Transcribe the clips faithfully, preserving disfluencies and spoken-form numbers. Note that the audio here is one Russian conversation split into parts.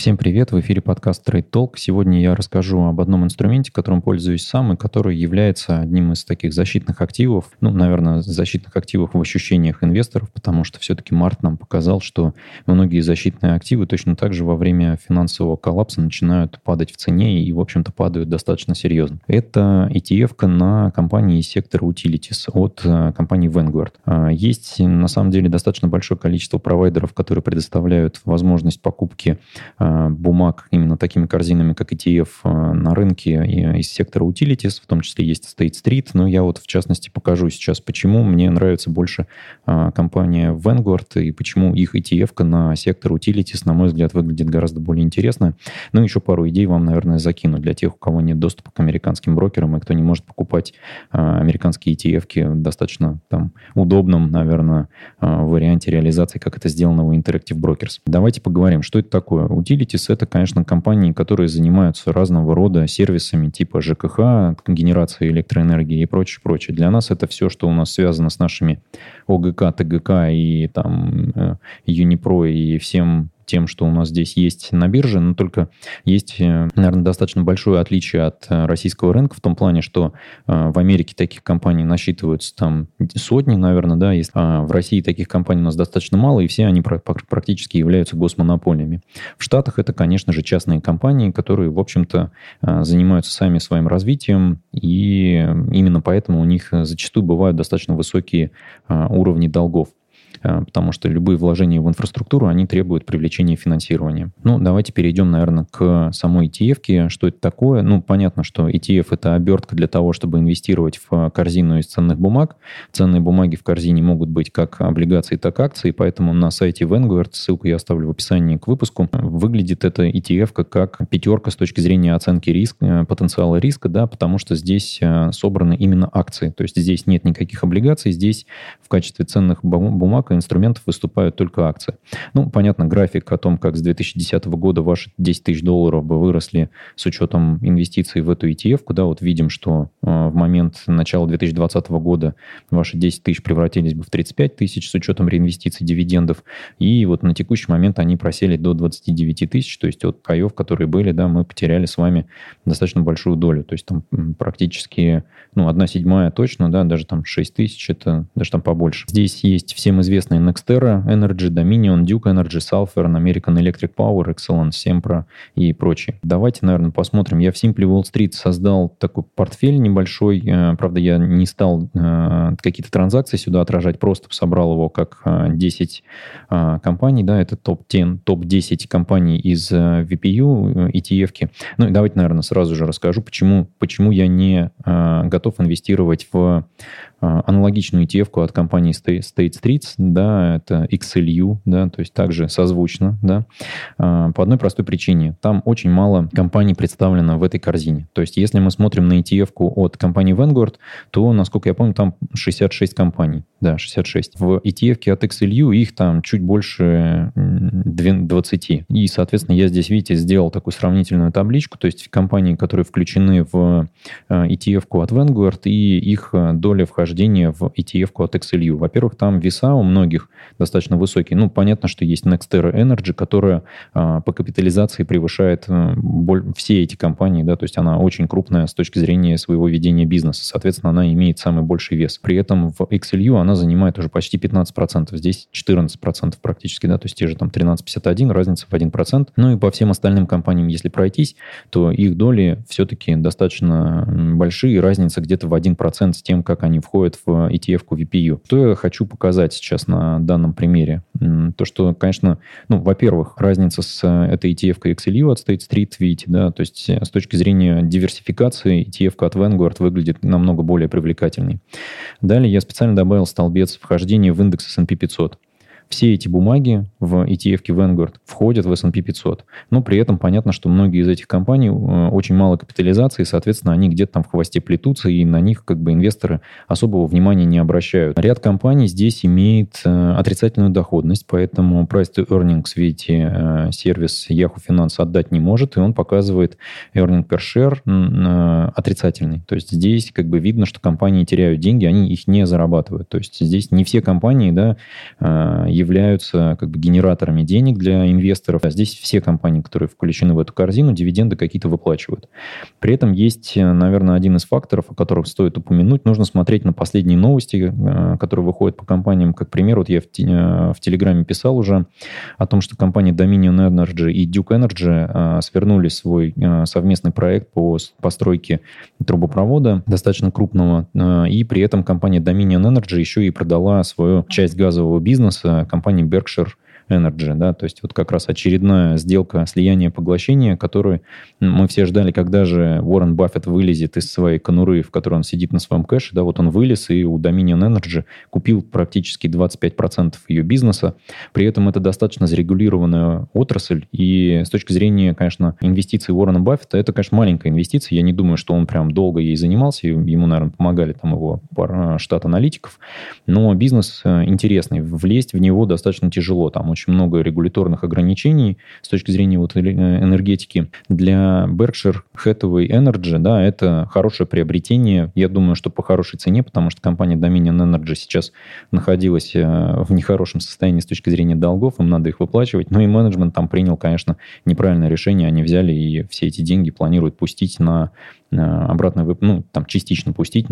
Всем привет, в эфире подкаст Trade Talk. Сегодня я расскажу об одном инструменте, которым пользуюсь сам и который является одним из таких защитных активов, ну, наверное, защитных активов в ощущениях инвесторов, потому что все-таки март нам показал, что многие защитные активы точно так же во время финансового коллапса начинают падать в цене и, в общем-то, падают достаточно серьезно. Это и ти эф-ка на компании из сектора Utilities от компании Vanguard. Есть, на самом деле, достаточно большое количество провайдеров, которые предоставляют возможность покупки бумаг именно такими корзинами, как и ти эф на рынке из сектора Utilities, в том числе есть State Street, но я вот в частности покажу сейчас, почему мне нравится больше компания Vanguard и почему их и ти эф-ка на сектор Utilities, на мой взгляд, выглядит гораздо более интересно. Ну, еще пару идей вам, наверное, закину для тех, у кого нет доступа к американским брокерам и кто не может покупать американские и ти эф-ки в достаточно там удобном, наверное, варианте реализации, как это сделано у Interactive Brokers. Давайте поговорим, что это такое. Utilities — это, конечно, компании, которые занимаются разного рода сервисами типа ЖКХ, генерации электроэнергии и прочее, прочее. Для нас это все, что у нас связано с нашими ОГК, ТГК и там Юнипро и всем тем, что у нас здесь есть на бирже, но только есть, наверное, достаточно большое отличие от российского рынка в том плане, что в Америке таких компаний насчитываются там сотни, наверное, да, есть, а в России таких компаний у нас достаточно мало, и все они практически являются госмонополиями. В Штатах это, конечно же, частные компании, которые, в общем-то, занимаются сами своим развитием, и именно поэтому у них зачастую бывают достаточно высокие уровни долгов, потому что любые вложения в инфраструктуру, они требуют привлечения финансирования. Ну, давайте перейдем, наверное, к самой и ти эф-ке. Что это такое? Ну, понятно, что и ти эф — это обертка для того, чтобы инвестировать в корзину из ценных бумаг. Ценные бумаги в корзине могут быть как облигации, так и акции, поэтому на сайте Vanguard, ссылку я оставлю в описании к выпуску, выглядит эта и ти эф-ка как пятерка с точки зрения оценки риска, потенциала риска, да, потому что здесь собраны именно акции. То есть здесь нет никаких облигаций, здесь в качестве ценных бумаг инструментов выступают только акции. Ну, понятно, график о том, как с две тысячи десятого года ваши десять тысяч долларов бы выросли с учетом инвестиций в эту и ти эф-ку, да, вот видим, что э, в момент начала две тысячи двадцатого года ваши десять тысяч превратились бы в тридцать пять тысяч с учетом реинвестиций, дивидендов, и вот на текущий момент они просели до двадцать девять тысяч, то есть от хаев, которые были, да, мы потеряли с вами достаточно большую долю, то есть там практически, ну, одна седьмая точно, да, даже там шесть тысяч, это даже там побольше. Здесь есть всем известные Nextera Energy, Dominion, Duke Energy, Southern, American Electric Power, Exelon, Sempra и прочие. Давайте, наверное, посмотрим. Я в Simply Wall Street создал такой портфель небольшой. Правда, я не стал какие-то транзакции сюда отражать, просто собрал его как десять компаний. Да, это топ десять, топ десять компаний из ви пи ю, и ти эф-ки. Ну и давайте, наверное, сразу же расскажу, почему, почему я не готов инвестировать в аналогичную и ти эф-ку от компании State Street, да, это икс эл ю, да, то есть также созвучно, да, по одной простой причине. Там очень мало компаний представлено в этой корзине. То есть если мы смотрим на и ти эф-ку от компании Vanguard, то, насколько я помню, там шестьдесят шесть компаний. Да, шестьдесят шесть. В и ти эф-ке от икс эл ю их там чуть больше двадцать. И, соответственно, я здесь, видите, сделал такую сравнительную табличку, то есть компании, которые включены в и ти эф-ку от Vanguard и их доля вхождения в и ти эф-ку от икс эл ю. Во-первых, там веса у многих достаточно высокие. Ну, понятно, что есть Nextera Energy, которая а, по капитализации превышает а, боль, все эти компании, да, то есть она очень крупная с точки зрения своего ведения бизнеса. Соответственно, она имеет самый больший вес. При этом в икс эл ю она занимает уже почти пятнадцать процентов. Здесь четырнадцать процентов практически, да, то есть те же там тринадцать пятьдесят один, разница в один процент. Ну и по всем остальным компаниям, если пройтись, то их доли все-таки достаточно большие, разница где-то в один процент с тем, как они входят в и ти эф-ку ви пи ю. Что я хочу показать сейчас на данном примере? То, что, конечно, ну, во-первых, разница с этой и ти эф-кой икс эл ю от State Street, видите, да, то есть с точки зрения диверсификации и ти эф-ка от Vanguard выглядит намного более привлекательной. Далее я специально добавил столбец вхождения в индекс эс энд пи пятьсот. Все эти бумаги в и ти эф-ке Vanguard входят в эс энд пи пятьсот. Но при этом понятно, что многие из этих компаний очень мало капитализации, соответственно, они где-то там в хвосте плетутся, и на них как бы инвесторы особого внимания не обращают. Ряд компаний здесь имеет отрицательную доходность, поэтому price to earnings, видите, сервис Yahoo Finance отдать не может, и он показывает earning per share отрицательный. То есть здесь как бы видно, что компании теряют деньги, они их не зарабатывают. То есть здесь не все компании, да, являются как бы генераторами денег для инвесторов. А здесь все компании, которые включены в эту корзину, дивиденды какие-то выплачивают. При этом есть, наверное, один из факторов, о которых стоит упомянуть. Нужно смотреть на последние новости, которые выходят по компаниям. Как пример, вот я в, в Телеграме писал уже о том, что компания Dominion Energy и Duke Energy свернули свой совместный проект по постройке трубопровода достаточно крупного. И при этом компания Dominion Energy еще и продала свою часть газового бизнеса компании Berkshire Energy, да, то есть вот как раз очередная сделка слияния поглощения, которую мы все ждали, когда же Уоррен Баффет вылезет из своей конуры, в которой он сидит на своем кэше, да, вот он вылез и у Dominion Energy купил практически двадцать пять процентов ее бизнеса, при этом это достаточно зарегулированная отрасль, и с точки зрения, конечно, инвестиций Уоррена Баффета, это, конечно, маленькая инвестиция, я не думаю, что он прям долго ей занимался, ему, наверное, помогали там его штат аналитиков, но бизнес интересный, влезть в него достаточно тяжело, там очень много регуляторных ограничений с точки зрения вот энергетики. Для Berkshire Hathaway Energy, да, это хорошее приобретение. Я думаю, что по хорошей цене, потому что компания Dominion Energy сейчас находилась в нехорошем состоянии с точки зрения долгов, им надо их выплачивать. Ну и менеджмент там принял, конечно, неправильное решение. Они взяли и все эти деньги планируют пустить на обратный, ну, там частично пустить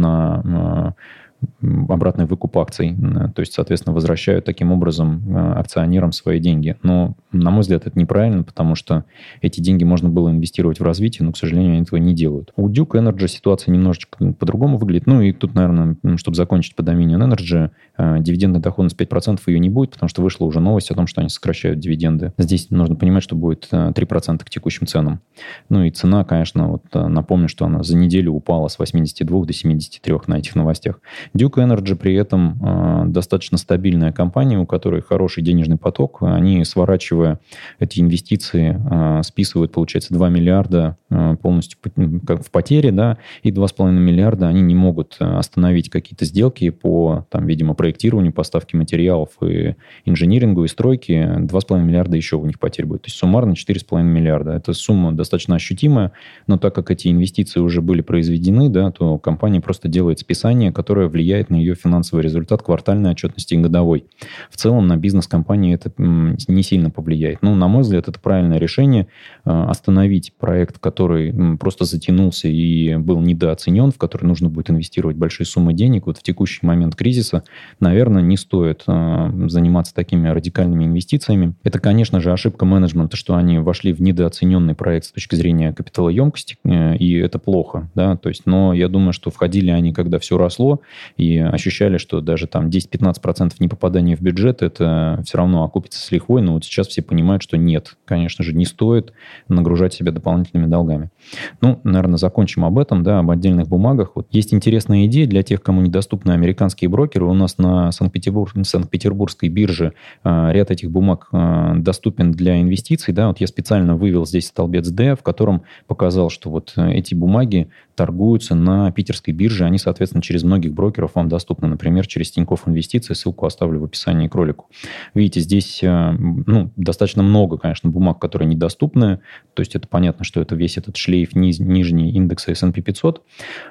на обратный выкуп акций. То есть, соответственно, возвращают таким образом акционерам свои деньги. Но, на мой взгляд, это неправильно, потому что эти деньги можно было инвестировать в развитие, но, к сожалению, они этого не делают. У Duke Energy ситуация немножечко по-другому выглядит. Ну и тут, наверное, чтобы закончить по Dominion Energy, дивидендная доходность пять процентов ее не будет, потому что вышла уже новость о том, что они сокращают дивиденды. Здесь нужно понимать, что будет три процента к текущим ценам. Ну и цена, конечно, вот напомню, что она за неделю упала с восьмидесяти двух до семидесяти трёх на этих новостях. Duke Energy при этом э, достаточно стабильная компания, у которой хороший денежный поток. Они, сворачивая эти инвестиции, э, списывают, получается, два миллиарда э, полностью как в потере, да, и два с половиной миллиарда они не могут остановить какие-то сделки по, там, видимо, проектированию, поставке материалов и инжинирингу, и стройке. два с половиной миллиарда еще у них потерь будет. То есть суммарно четыре с половиной миллиарда. Это сумма достаточно ощутимая, но так как эти инвестиции уже были произведены, да, то компания просто делает списание, которое влияет на ее финансовый результат квартальной отчетности и годовой. В целом на бизнес компании это не сильно повлияет. Ну, на мой взгляд, это правильное решение. Остановить проект, который просто затянулся и был недооценен, в который нужно будет инвестировать большие суммы денег, вот в текущий момент кризиса, наверное, не стоит заниматься такими радикальными инвестициями. Это, конечно же, ошибка менеджмента, что они вошли в недооцененный проект с точки зрения капиталоемкости, и это плохо, да, то есть, но я думаю, что входили они, когда все росло, и ощущали, что даже там десять-пятнадцать процентов непопадания в бюджет, это все равно окупится с лихвой, но вот сейчас все понимают, что нет, конечно же, не стоит нагружать себя дополнительными долгами. Ну, наверное, закончим об этом, да, об отдельных бумагах. Вот есть интересная идея для тех, кому недоступны американские брокеры. У нас на Санкт-Петербург, Санкт-Петербургской бирже а, ряд этих бумаг а, доступен для инвестиций, да, вот я специально вывел здесь столбец D, в котором показал, что вот эти бумаги торгуются на питерской бирже, они, соответственно, через многих брокеров вам доступны, например, через Тинькофф Инвестиции, ссылку оставлю в описании к ролику. Видите, здесь ну, достаточно много, конечно, бумаг, которые недоступны, то есть это понятно, что это весь этот шлейф низ, нижний индекса эс энд пи пятьсот,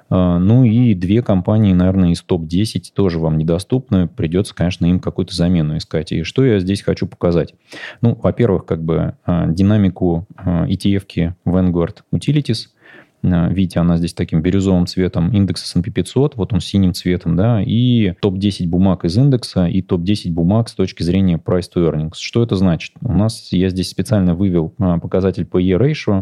ну и две компании, наверное, из топ десять тоже вам недоступны, придется, конечно, им какую-то замену искать. И что я здесь хочу показать? Ну, во-первых, как бы динамику и ти эф-ки Vanguard Utilities. Видите, она здесь таким бирюзовым цветом, индекс эс энд пи пятьсот, вот он синим цветом, да, и топ десять бумаг из индекса, и топ десять бумаг с точки зрения price to earnings. Что это значит? У нас, я здесь специально вывел показатель пи и ratio,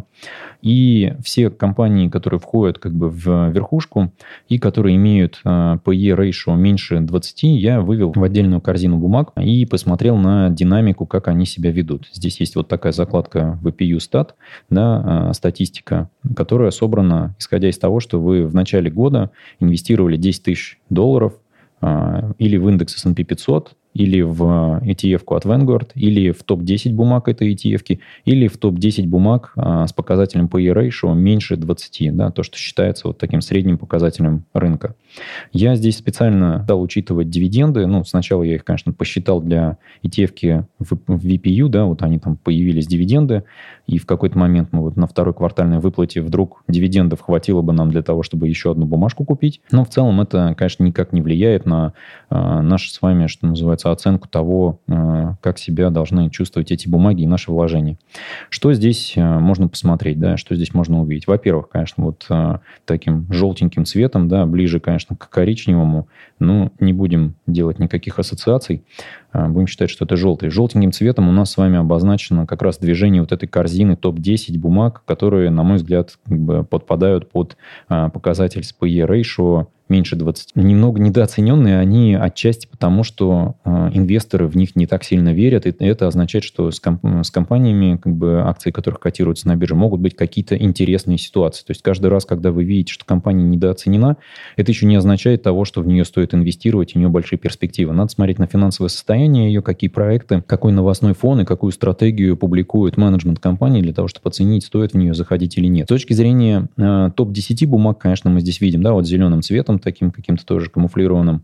и все компании, которые входят как бы в верхушку, и которые имеют пи и ratio меньше двадцати, я вывел в отдельную корзину бумаг и посмотрел на динамику, как они себя ведут. Здесь есть вот такая закладка ви пи ю Stat, да, статистика, которая, собственно, собрано, исходя из того, что вы в начале года инвестировали десять тысяч долларов а, или в индекс эс энд пи пятьсот, или в и ти эф-ку от Vanguard, или в топ десять бумаг этой и ти эф-ки, или в топ десять бумаг а, с показателем пи и ratio меньше двадцати, да, то, что считается вот таким средним показателем рынка. Я здесь специально стал учитывать дивиденды. Ну, сначала я их, конечно, посчитал для и ти эф-ки в, в ви пи ю, да, вот они там появились, дивиденды, и в какой-то момент мы вот на второй квартальной выплате вдруг дивидендов хватило бы нам для того, чтобы еще одну бумажку купить. Но в целом это, конечно, никак не влияет на а, наше с вами, что называется, просто оценку того, как себя должны чувствовать эти бумаги и наши вложения. Что здесь можно посмотреть, да, что здесь можно увидеть? Во-первых, конечно, вот таким желтеньким цветом, да, ближе, конечно, к коричневому, но не будем делать никаких ассоциаций, будем считать, что это желтый. Желтеньким цветом у нас с вами обозначено как раз движение вот этой корзины топ десять бумаг, которые, на мой взгляд, как бы подпадают под показатель эс пи и ratio меньше двадцати. Немного недооцененные они отчасти потому, что э, инвесторы в них не так сильно верят, и это означает, что с, комп- с компаниями, как бы, акции которых котируются на бирже, могут быть какие-то интересные ситуации. То есть каждый раз, когда вы видите, что компания недооценена, это еще не означает того, что в нее стоит инвестировать, у нее большие перспективы. Надо смотреть на финансовое состояние ее, какие проекты, какой новостной фон и какую стратегию публикует менеджмент компании для того, чтобы оценить, стоит в нее заходить или нет. С точки зрения э, топ десять бумаг, конечно, мы здесь видим, да, вот зеленым цветом, таким каким-то тоже камуфлированным.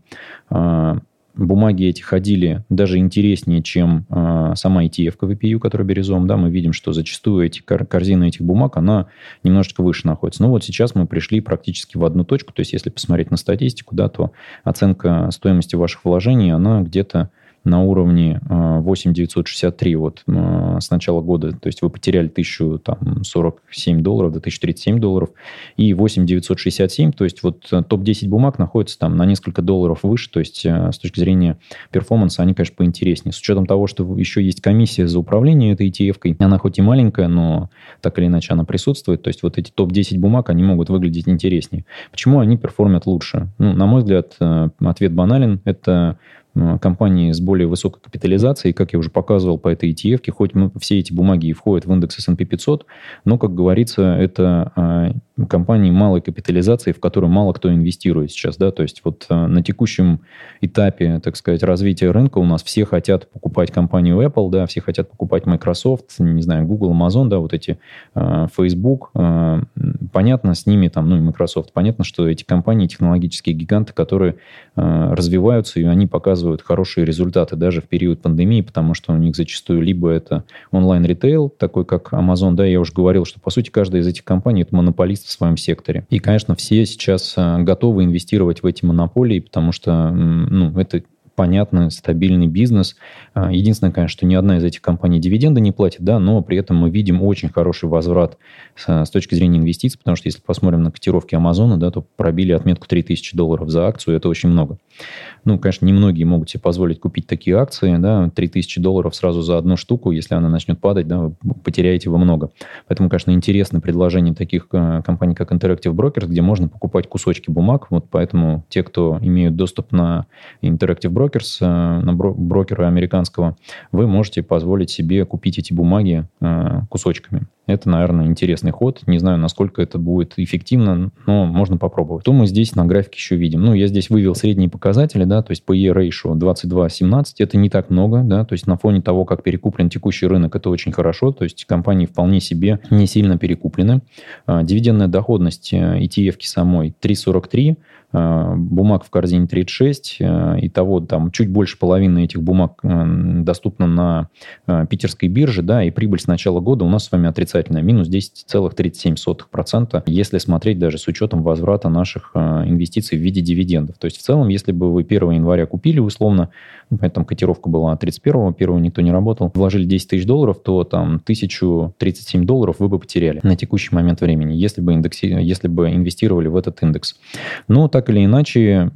Бумаги эти ходили даже интереснее, чем сама и ти эф-ка ви пи ю, которая бирюзом. Да, мы видим, что зачастую эти корзины этих бумаг, она немножечко выше находится. Но вот сейчас мы пришли практически в одну точку. То есть, если посмотреть на статистику, да, то оценка стоимости ваших вложений, она где-то на уровне восемь тысяч девятьсот шестьдесят три вот, с начала года. То есть вы потеряли тысячу сорок семь долларов до тысячи тридцать семь долларов. И восемь тысяч девятьсот шестьдесят семь, то есть вот топ десять бумаг находится там на несколько долларов выше. То есть с точки зрения перформанса они, конечно, поинтереснее. С учетом того, что еще есть комиссия за управление этой и ти эф-кой. Она хоть и маленькая, но так или иначе она присутствует. То есть вот эти топ десять бумаг, они могут выглядеть интереснее. Почему они перформят лучше? Ну, на мой взгляд, ответ банален. Это компании с более высокой капитализацией, как я уже показывал по этой и ти эф-ке, хоть мы, все эти бумаги и входят в индекс эс энд пи пятьсот, но, как говорится, это а, компании малой капитализации, в которые мало кто инвестирует сейчас. Да? То есть вот а, на текущем этапе, так сказать, развития рынка у нас все хотят покупать компанию Apple, да, все хотят покупать Microsoft, не знаю, Google, Amazon, да, вот эти а, Facebook. А, понятно, с ними там, ну и Microsoft, понятно, что эти компании технологические гиганты, которые а, развиваются, и они показывают хорошие результаты даже в период пандемии, потому что у них зачастую либо это онлайн-ритейл, такой как Amazon, да, я уже говорил, что, по сути, каждая из этих компаний – это монополист в своем секторе. И, конечно, все сейчас готовы инвестировать в эти монополии, потому что, ну, это понятный, стабильный бизнес. Единственное, конечно, что ни одна из этих компаний дивиденды не платит, да, но при этом мы видим очень хороший возврат с, с точки зрения инвестиций, потому что если посмотрим на котировки Амазона, да, то пробили отметку три тысячи долларов за акцию, это очень много. Ну, конечно, немногие могут себе позволить купить такие акции, да, три тысячи долларов сразу за одну штуку, если она начнет падать, да, вы потеряете его много. Поэтому, конечно, интересно предложение таких компаний, как Interactive Brokers, где можно покупать кусочки бумаг, вот поэтому те, кто имеют доступ на Interactive Brokers, на брокера американского, вы можете позволить себе купить эти бумаги кусочками. Это, наверное, интересный ход. Не знаю, насколько это будет эффективно, но можно попробовать. Что мы здесь на графике еще видим? Ну, я здесь вывел средние показатели, да, то есть пи и ratio двадцать два семнадцать, это не так много, да, то есть на фоне того, как перекуплен текущий рынок, это очень хорошо, то есть компании вполне себе не сильно перекуплены. А, дивидендная доходность и ти эф-ки самой три сорок три, а, бумаг в корзине тридцать шесть, а, итого там чуть больше половины этих бумаг а, доступно на а, питерской бирже, да, и прибыль с начала года у нас с вами отрицательная, минус десять целых тридцать семь сотых процента, если смотреть даже с учетом возврата наших а, инвестиций в виде дивидендов. То есть в целом, если бы вы первого января купили условно, ну, поэтому котировка была тридцать первого, первого никто не работал, вложили десять тысяч долларов, то там тысяча тридцать семь долларов вы бы потеряли на текущий момент времени, если бы, индекси... если бы инвестировали в этот индекс. Но так или иначе,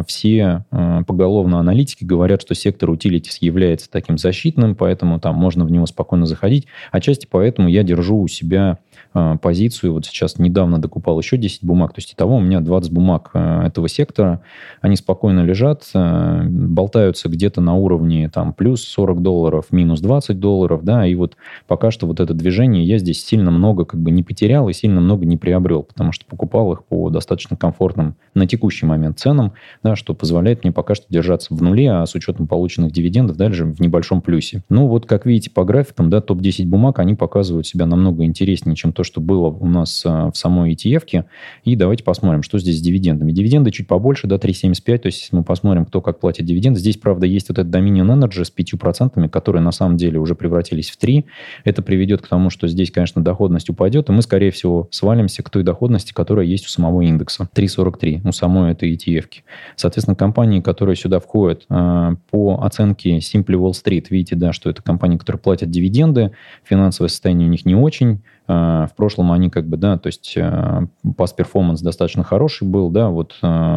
все поголовно аналитики говорят, что сектор utilities является таким защитным, поэтому там можно в него спокойно заходить. Отчасти поэтому я держу у себя позицию. Вот сейчас недавно докупал еще десять бумаг, то есть итого у меня двадцать бумаг этого сектора. Они спокойно лежат, болтаются где-то на уровне там плюс сорок долларов, минус двадцать долларов, да, и вот пока что вот это движение я здесь сильно много как бы не потерял и сильно много не приобрел, потому что покупал их по достаточно комфортным на текущий момент ценам, да, что позволяет мне пока что держаться в нуле, а с учетом полученных дивидендов даже в небольшом плюсе. Ну вот, как видите по графикам, да, топ десять бумаг, они показывают себя намного интереснее, чем чем то, что было у нас в самой и ти эф-ке. И давайте посмотрим, что здесь с дивидендами. Дивиденды чуть побольше, да, три целых семьдесят пять. То есть, если мы посмотрим, кто как платит дивиденды. Здесь, правда, есть вот этот Dominion Energy с пятью процентами, которые на самом деле уже превратились в три. Это приведет к тому, что здесь, конечно, доходность упадет, и мы, скорее всего, свалимся к той доходности, которая есть у самого индекса. три целых сорок три у самой этой и ти эф-ки. Соответственно, компании, которые сюда входят, по оценке Simply Wall Street, видите, да, что это компании, которые платят дивиденды, финансовое состояние у них не очень. В прошлом они как бы, да, то есть past performance достаточно хороший был, да, вот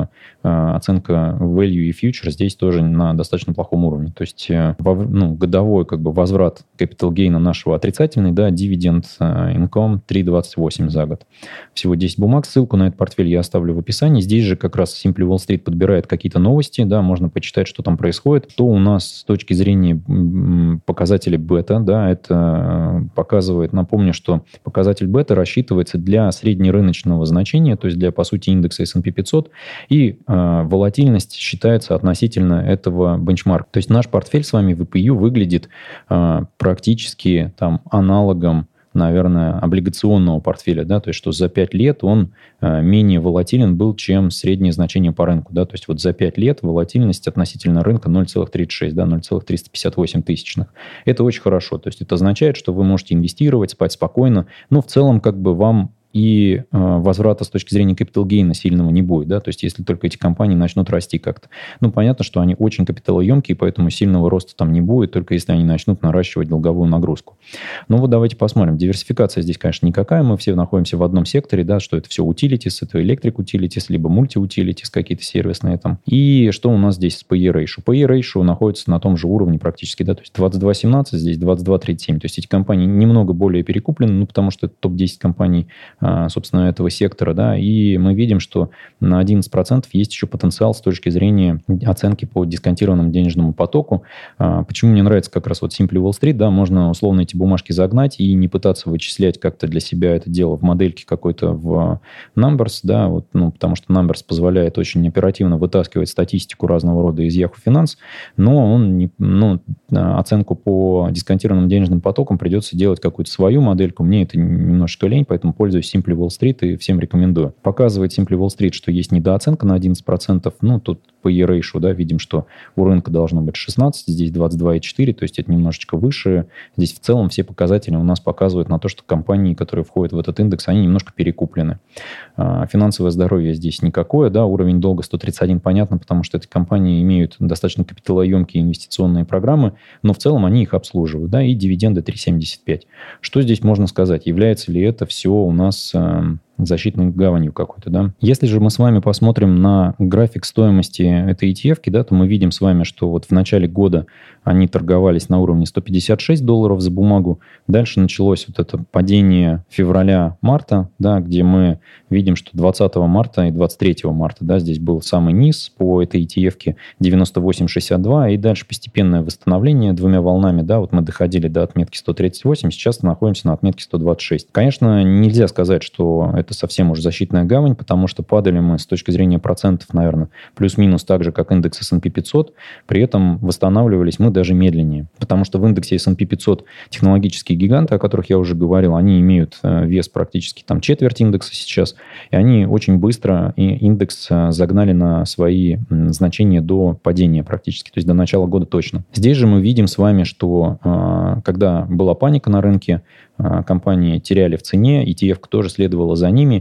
оценка value и future здесь тоже на достаточно плохом уровне. То есть ну, годовой как бы возврат capital gain нашего отрицательный, да, dividend income три целых двадцать восемь за год. Всего десять бумаг. Ссылку на этот портфель я оставлю в описании. Здесь же как раз Simply Wall Street подбирает какие-то новости, да, можно почитать, что там происходит. То у нас с точки зрения показателей бета, да, это показывает, напомню, что показатель бета рассчитывается для среднерыночного значения, то есть для, по сути, индекса эс энд пи пятьсот, и э, волатильность считается относительно этого бенчмарка. То есть наш портфель с вами в и пи ю выглядит э, практически там аналогом, наверное, облигационного портфеля, да, то есть что за пять лет он э, менее волатилен был, чем среднее значение по рынку, да, то есть вот за пять лет волатильность относительно рынка ноль целых тридцать шесть, да, ноль целых триста пятьдесят восемь тысячных. Это очень хорошо, то есть это означает, что вы можете инвестировать, спать спокойно, но в целом как бы вам и э, возврата с точки зрения capital gain сильного не будет, да, то есть если только эти компании начнут расти как-то. Ну, понятно, что они очень капиталоемкие, поэтому сильного роста там не будет, только если они начнут наращивать долговую нагрузку. Ну, вот давайте посмотрим. Диверсификация здесь, конечно, никакая, мы все находимся в одном секторе, да, что это все utilities, это electric utilities, либо multi-utilities, какие-то сервисные там. И что у нас здесь с пи и ratio? пи и ratio находится на том же уровне практически, да, то есть двадцать два семнадцать, здесь двадцать два тридцать семь, то есть эти компании немного более перекуплены, ну, потому что это топ десять компаний, собственно, этого сектора, да, и мы видим, что на одиннадцать процентов есть еще потенциал с точки зрения оценки по дисконтированному денежному потоку. Почему мне нравится как раз вот Simply Wall Street, да, можно условно эти бумажки загнать и не пытаться вычислять как-то для себя это дело в модельке какой-то в Numbers, да, вот, ну, потому что Numbers позволяет очень оперативно вытаскивать статистику разного рода из Yahoo Finance, но он не, ну, оценку по дисконтированным денежным потокам придется делать какую-то свою модельку. Мне это немножечко лень, поэтому пользуюсь Simply Wall Street и всем рекомендую. Показывает Simply Wall Street, что есть недооценка на одиннадцать процентов. Ну, тут пи и ratio, да, видим, что у рынка должно быть шестнадцать, здесь двадцать два и четыре, то есть это немножечко выше. Здесь в целом все показатели у нас показывают на то, что компании, которые входят в этот индекс, они немножко перекуплены. Финансовое здоровье здесь никакое, да, уровень долга сто тридцать один, понятно, потому что эти компании имеют достаточно капиталоемкие инвестиционные программы, но в целом они их обслуживают, да, и дивиденды три целых семьдесят пять. Что здесь можно сказать? Является ли это все у нас защитной гаванью какой-то, да? Если же мы с вами посмотрим на график стоимости этой и ти эф-ки, да, то мы видим с вами, что вот в начале года они торговались на уровне сто пятьдесят шесть долларов за бумагу. Дальше началось вот это падение февраля-марта, да, где мы видим, что двадцатого марта и двадцать третьего марта, да, здесь был самый низ по этой и ти эф-ке девяносто восемь шестьдесят два, и дальше постепенное восстановление двумя волнами, да, вот мы доходили до отметки сто тридцать восемь, сейчас находимся на отметке сто двадцать шесть. Конечно, нельзя сказать, что это совсем уже защитная гавань, потому что падали мы с точки зрения процентов, наверное, плюс-минус так же, как индекс эс энд пи пятьсот, при этом восстанавливались мы даже медленнее, потому что в индексе эс энд пи пятьсот технологические гиганты, о которых я уже говорил, они имеют вес практически там четверть индекса сейчас, и они очень быстро индекс загнали на свои значения до падения практически, то есть до начала года точно. Здесь же мы видим с вами, что когда была паника на рынке, компании теряли в цене, и ти эф тоже следовала за ними,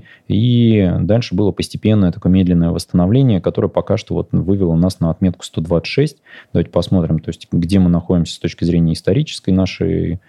и дальше было постепенное такое медленное восстановление, которое пока что вот вывело нас на отметку сто двадцать шесть. Давайте посмотрим, то есть где мы находимся с точки зрения исторической нашей,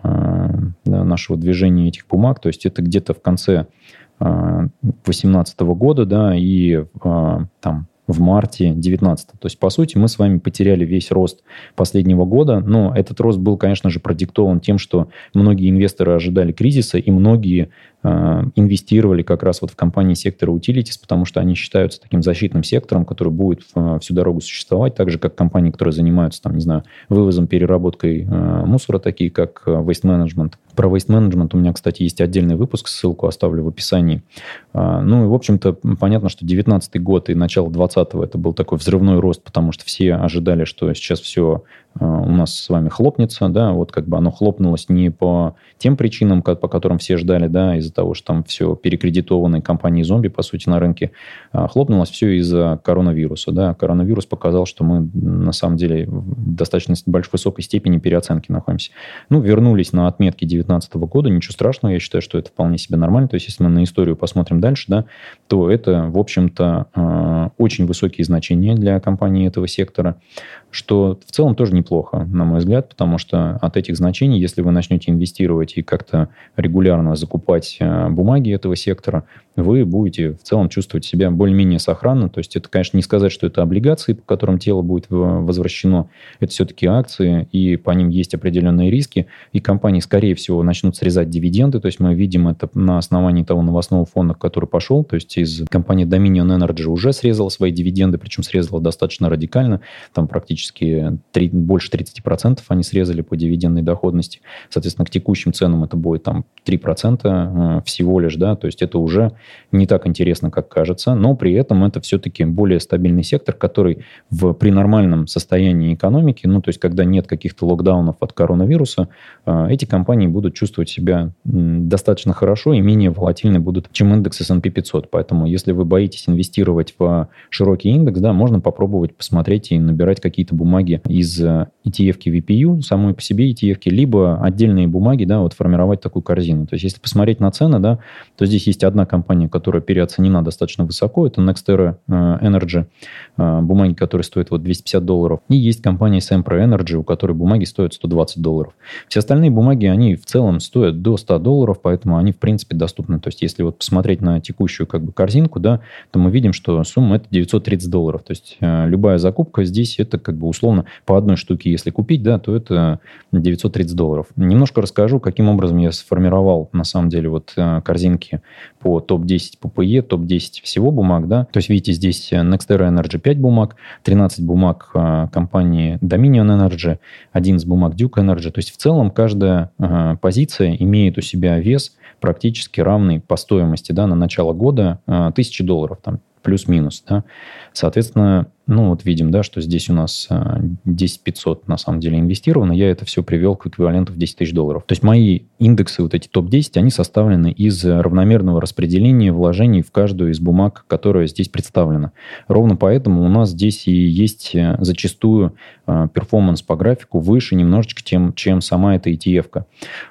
нашего движения этих бумаг, то есть это где-то в конце две тысячи восемнадцатого года, да, и там в марте две тысячи девятнадцатого. То есть, по сути, мы с вами потеряли весь рост последнего года, но этот рост был, конечно же, продиктован тем, что многие инвесторы ожидали кризиса, и многие э, инвестировали как раз вот в компании сектора utilities, потому что они считаются таким защитным сектором, который будет э, всю дорогу существовать, так же, как компании, которые занимаются, там, не знаю, вывозом, переработкой э, мусора, такие как Waste Management. Про Waste Management у меня, кстати, есть отдельный выпуск, ссылку оставлю в описании. Э, ну и, в общем-то, понятно, что девятнадцатый год и начало двадцатого это был такой взрывной рост, потому что все ожидали, что сейчас все у нас с вами хлопнется, да, вот как бы оно хлопнулось не по тем причинам, по которым все ждали, да, из-за того, что там все перекредитованные компании-зомби, по сути, на рынке, а хлопнулось все из-за коронавируса, да. Коронавирус показал, что мы на самом деле в достаточно большой высокой степени переоценки находимся. Ну, вернулись на отметки две тысячи девятнадцатого года, ничего страшного, я считаю, что это вполне себе нормально. То есть, если мы на историю посмотрим дальше, да, то это, в общем-то, очень высокие значения для компании этого сектора, что в целом тоже неплохо, на мой взгляд, потому что от этих значений, если вы начнете инвестировать и как-то регулярно закупать бумаги этого сектора, вы будете в целом чувствовать себя более-менее сохранно. То есть это, конечно, не сказать, что это облигации, по которым тело будет возвращено. Это все-таки акции, и по ним есть определенные риски. И компании, скорее всего, начнут срезать дивиденды. То есть мы видим это на основании того новостного фона, который пошел. То есть из компании Dominion Energy уже срезала свои дивиденды, причем срезала достаточно радикально. Там практически три, больше тридцать процентов они срезали по дивидендной доходности. Соответственно, к текущим ценам это будет там три процента всего лишь, да, то есть это уже не так интересно, как кажется, но при этом это все-таки более стабильный сектор, который в, при нормальном состоянии экономики, ну, то есть когда нет каких-то локдаунов от коронавируса, эти компании будут чувствовать себя достаточно хорошо и менее волатильны будут, чем индекс эс энд пи пятьсот. Поэтому, если вы боитесь инвестировать в широкий индекс, да, можно попробовать посмотреть и набирать какие-то бумаги из и ти эф-ки ви пи ю, самой по себе и ти эф-ки, либо отдельные бумаги, да, вот формировать такую корзину. То есть, если посмотреть на цены, да, то здесь есть одна компания, которая переоценена достаточно высоко, это NextEra Energy, бумаги, которые стоят вот двести пятьдесят долларов, и есть компания Sempra Energy, у которой бумаги стоят сто двадцать долларов. Все остальные бумаги, они в целом стоят до ста долларов, поэтому они, в принципе, доступны. То есть, если вот посмотреть на текущую как бы корзинку, да, то мы видим, что сумма это девятьсот тридцать долларов. То есть, любая закупка здесь это как бы условно по одной штуке, если купить, да, то это девятьсот тридцать долларов. Немножко расскажу, каким образом я сформировал, на самом деле, вот корзинки по топ десять по пэ е, топ десять всего бумаг, да. То есть, видите, здесь NextEra Energy пять бумаг, тринадцать бумаг компании Dominion Energy, одиннадцать бумаг Duke Energy. То есть, в целом, каждая позиция имеет у себя вес практически равный по стоимости, да, на начало года тысячи долларов, там, плюс-минус, да. Соответственно, ну вот видим, да, что здесь у нас десять тысяч пятьсот на самом деле инвестировано. Я это все привел к эквиваленту в десять тысяч долларов. То есть мои индексы, вот эти топ десять, они составлены из равномерного распределения вложений в каждую из бумаг, которая здесь представлена. Ровно поэтому у нас здесь и есть зачастую перформанс по графику выше немножечко, чем, чем сама эта и ти эф-ка.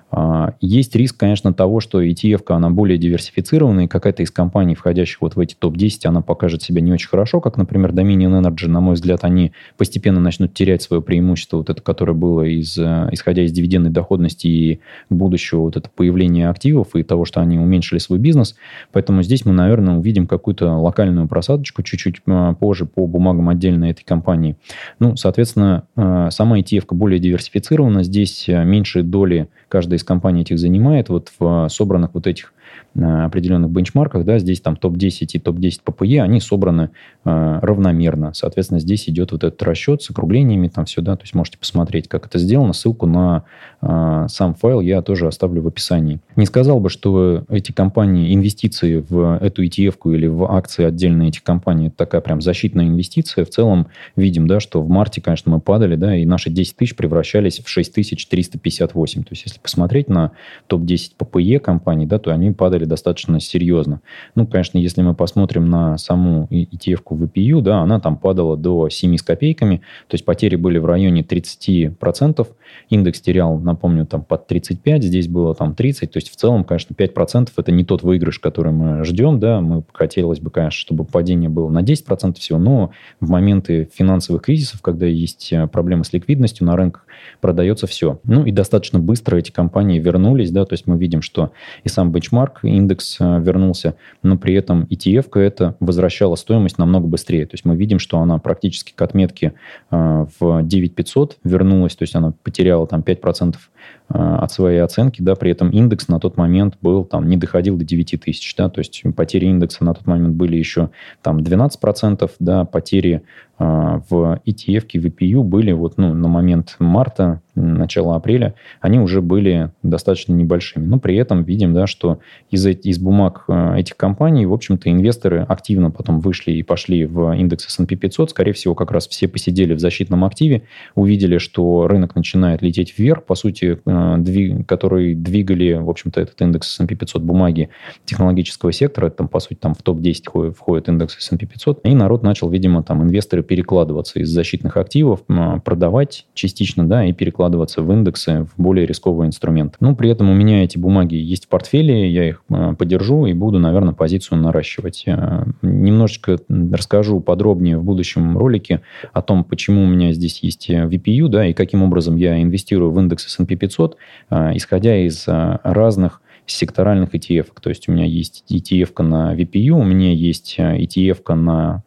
Есть риск, конечно, того, что и ти эф-ка, она более диверсифицированная, и какая-то из компаний, входящих вот в эти топ десять, она покажет себя не очень хорошо, как, например, Dominion Energy. На мой взгляд, они постепенно начнут терять свое преимущество, вот это, которое было из, исходя из дивидендной доходности и будущего вот это появления активов и того, что они уменьшили свой бизнес. Поэтому здесь мы, наверное, увидим какую-то локальную просадочку чуть-чуть позже по бумагам отдельно этой компании. Ну, соответственно, сама и ти эф-ка более диверсифицирована. Здесь меньшие доли каждая из компаний этих занимает. Вот в собранных вот этих определенных бенчмарках, да, здесь там топ десять и топ десять по пэ е, они собраны э, равномерно. Соответственно, здесь идет вот этот расчет с округлениями, там все, да, то есть можете посмотреть, как это сделано. Ссылку на э, сам файл я тоже оставлю в описании. Не сказал бы, что эти компании, инвестиции в эту и ти эф-ку или в акции отдельно этих компаний, это такая прям защитная инвестиция. В целом видим, да, что в марте, конечно, мы падали, да, и наши десять тысяч превращались в шесть тысяч триста пятьдесят восемь. То есть, если посмотреть на топ десять по пэ е компаний, да, то они падали достаточно серьезно. Ну, конечно, если мы посмотрим на саму и ти эф-ку ви пи ю, да, она там падала до семи с копейками, то есть потери были в районе тридцать процентов, индекс терял, напомню, там под тридцать пять, здесь было там тридцать, то есть в целом, конечно, пять процентов это не тот выигрыш, который мы ждем, да, мы хотелось бы, конечно, чтобы падение было на десять процентов всего, но в моменты финансовых кризисов, когда есть проблемы с ликвидностью на рынках, продается все. Ну и достаточно быстро эти компании вернулись, да, то есть мы видим, что и сам бенчмарк, индекс вернулся, но при этом и ти эф-ка это возвращала стоимость намного быстрее. То есть мы видим, что она практически к отметке в девять тысяч пятьсот вернулась, то есть она потеряла там пять процентов от своей оценки, да, при этом индекс на тот момент был, там, не доходил до девять тысяч, да, то есть потери индекса на тот момент были еще там двенадцать процентов, да, потери а, в и ти эф-ки, ви пи ю были вот, ну, на момент марта, начала апреля, они уже были достаточно небольшими. Но при этом видим, да, что из, из бумаг этих компаний, в общем-то, инвесторы активно потом вышли и пошли в индекс эс энд пи пятьсот. Скорее всего, как раз все посидели в защитном активе, увидели, что рынок начинает лететь вверх, по сути, двиг, которые двигали, в общем-то, этот индекс эс энд пи пятьсот бумаги технологического сектора, там, по сути, там в топ десять входит, входит индекс эс энд пи пятьсот, и народ начал, видимо, там, инвесторы перекладываться из защитных активов, продавать частично, да, и перекладываться в индексы, в более рисковые инструменты. Но при этом у меня эти бумаги есть в портфеле, я их э, подержу и буду, наверное, позицию наращивать. Э, немножечко расскажу подробнее в будущем ролике о том, почему у меня здесь есть ви пи ю, да, и каким образом я инвестирую в индекс эс энд пи пятьсот, э, исходя из э, разных секторальных и ти эф. То есть у меня есть и ти эф-ка на ви пи ю, у меня есть и ти эф-ка на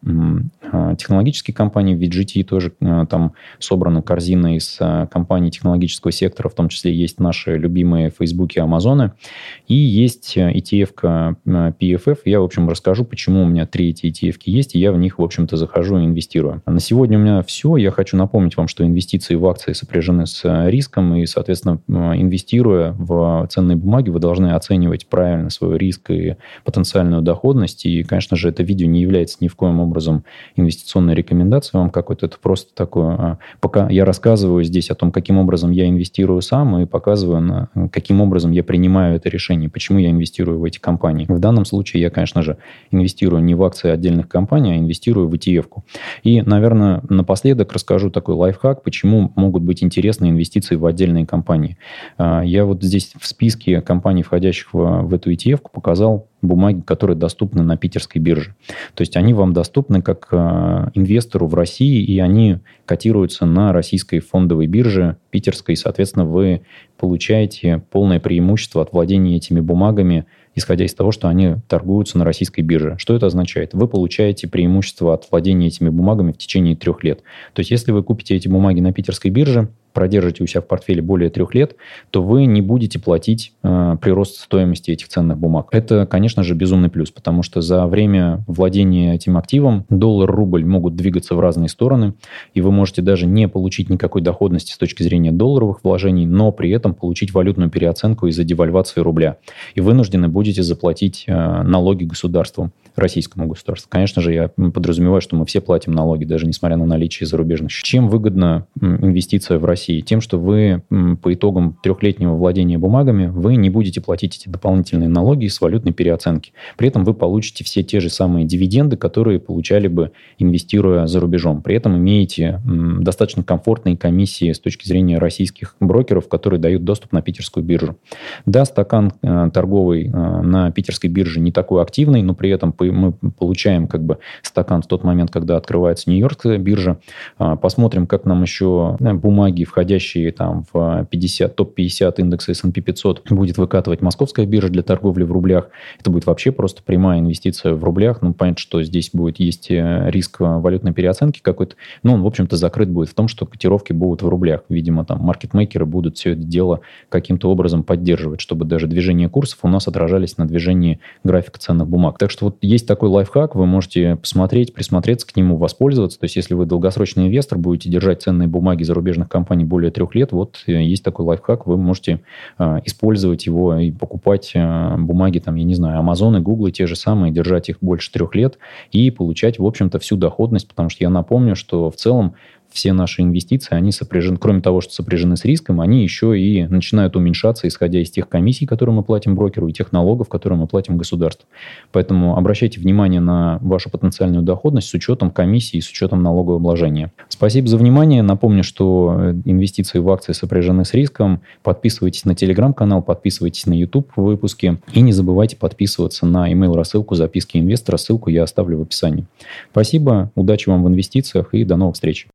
э, технологические компании, в ви джи ти тоже э, там собрана корзина из э, компаний технологического сектора, в том числе есть наши любимые Facebook и Amazon, и есть и ти эф-ка э, пи эф эф. Я, в общем, расскажу, почему у меня три эти и ти эф-ки есть, и я в них, в общем-то, захожу и инвестирую. На сегодня у меня все. Я хочу напомнить вам, что инвестиции в акции сопряжены с риском, и, соответственно, инвестируя в ценные бумаги, вы должны оценивать правильно свой риск и потенциальную доходность. И, конечно же, это видео не является ни в коем образом инвестиционной рекомендацией вам какой-то. Это просто такое... Пока я рассказываю здесь о том, каким образом я инвестирую сам, и показываю, каким образом я принимаю это решение, почему я инвестирую в эти компании. В данном случае я, конечно же, инвестирую не в акции отдельных компаний, а инвестирую в и ти эф-ку. И, наверное, напоследок расскажу такой лайфхак, почему могут быть интересны инвестиции в отдельные компании. Я вот здесь в списке компаний, входящих в, в эту и ти эф-ку, показал бумаги, которые доступны на питерской бирже. То есть они вам доступны как э, инвестору в России, и они котируются на российской фондовой бирже питерской. Соответственно, вы получаете полное преимущество от владения этими бумагами, исходя из того, что они торгуются на российской бирже. Что это означает? Вы получаете преимущество от владения этими бумагами в течение трех лет. То есть если вы купите эти бумаги на питерской бирже, продержите у себя в портфеле более трех лет, то вы не будете платить э, прирост стоимости этих ценных бумаг. Это, конечно же, безумный плюс, потому что за время владения этим активом доллар-рубль могут двигаться в разные стороны, и вы можете даже не получить никакой доходности с точки зрения долларовых вложений, но при этом получить валютную переоценку из-за девальвации рубля. И вынуждены будете заплатить э, налоги государству, российскому государству. Конечно же, я подразумеваю, что мы все платим налоги, даже несмотря на наличие зарубежных. Чем выгодна инвестиция в России? Тем, что вы по итогам трехлетнего владения бумагами, вы не будете платить эти дополнительные налоги с валютной переоценки. При этом вы получите все те же самые дивиденды, которые получали бы, инвестируя за рубежом. При этом имеете достаточно комфортные комиссии с точки зрения российских брокеров, которые дают доступ на питерскую биржу. Да, стакан э, торговый э, на питерской бирже не такой активный, но при этом мы получаем как бы стакан в тот момент, когда открывается Нью-Йоркская биржа. Посмотрим, как нам еще бумаги, входящие там в пятьдесят, топ пятьдесят индекса эс энд пи пятьсот, будет выкатывать Московская биржа для торговли в рублях. Это будет вообще просто прямая инвестиция в рублях. Ну, понятно, что здесь будет есть риск валютной переоценки какой-то, но он, в общем-то, закрыт будет в том, что котировки будут в рублях. Видимо, там маркетмейкеры будут все это дело каким-то образом поддерживать, чтобы даже движения курсов у нас отражались на движении графика ценных бумаг. Так что вот есть такой лайфхак, вы можете посмотреть, присмотреться к нему, воспользоваться. То есть, если вы долгосрочный инвестор, будете держать ценные бумаги зарубежных компаний более трех лет, вот есть такой лайфхак, вы можете э, использовать его и покупать э, бумаги, там, я не знаю, Amazon и Google, те же самые, держать их больше трех лет и получать, в общем-то, всю доходность, потому что я напомню, что в целом все наши инвестиции, они сопряжены, кроме того, что сопряжены с риском, они еще и начинают уменьшаться, исходя из тех комиссий, которые мы платим брокеру, и тех налогов, которые мы платим государству. Поэтому обращайте внимание на вашу потенциальную доходность с учетом комиссии и с учетом налогообложения. Спасибо за внимание. Напомню, что инвестиции в акции сопряжены с риском. Подписывайтесь на телеграм-канал, подписывайтесь на YouTube выпуски и не забывайте подписываться на email-рассылку «Записки инвестора». Ссылку я оставлю в описании. Спасибо, удачи вам в инвестициях и до новых встреч.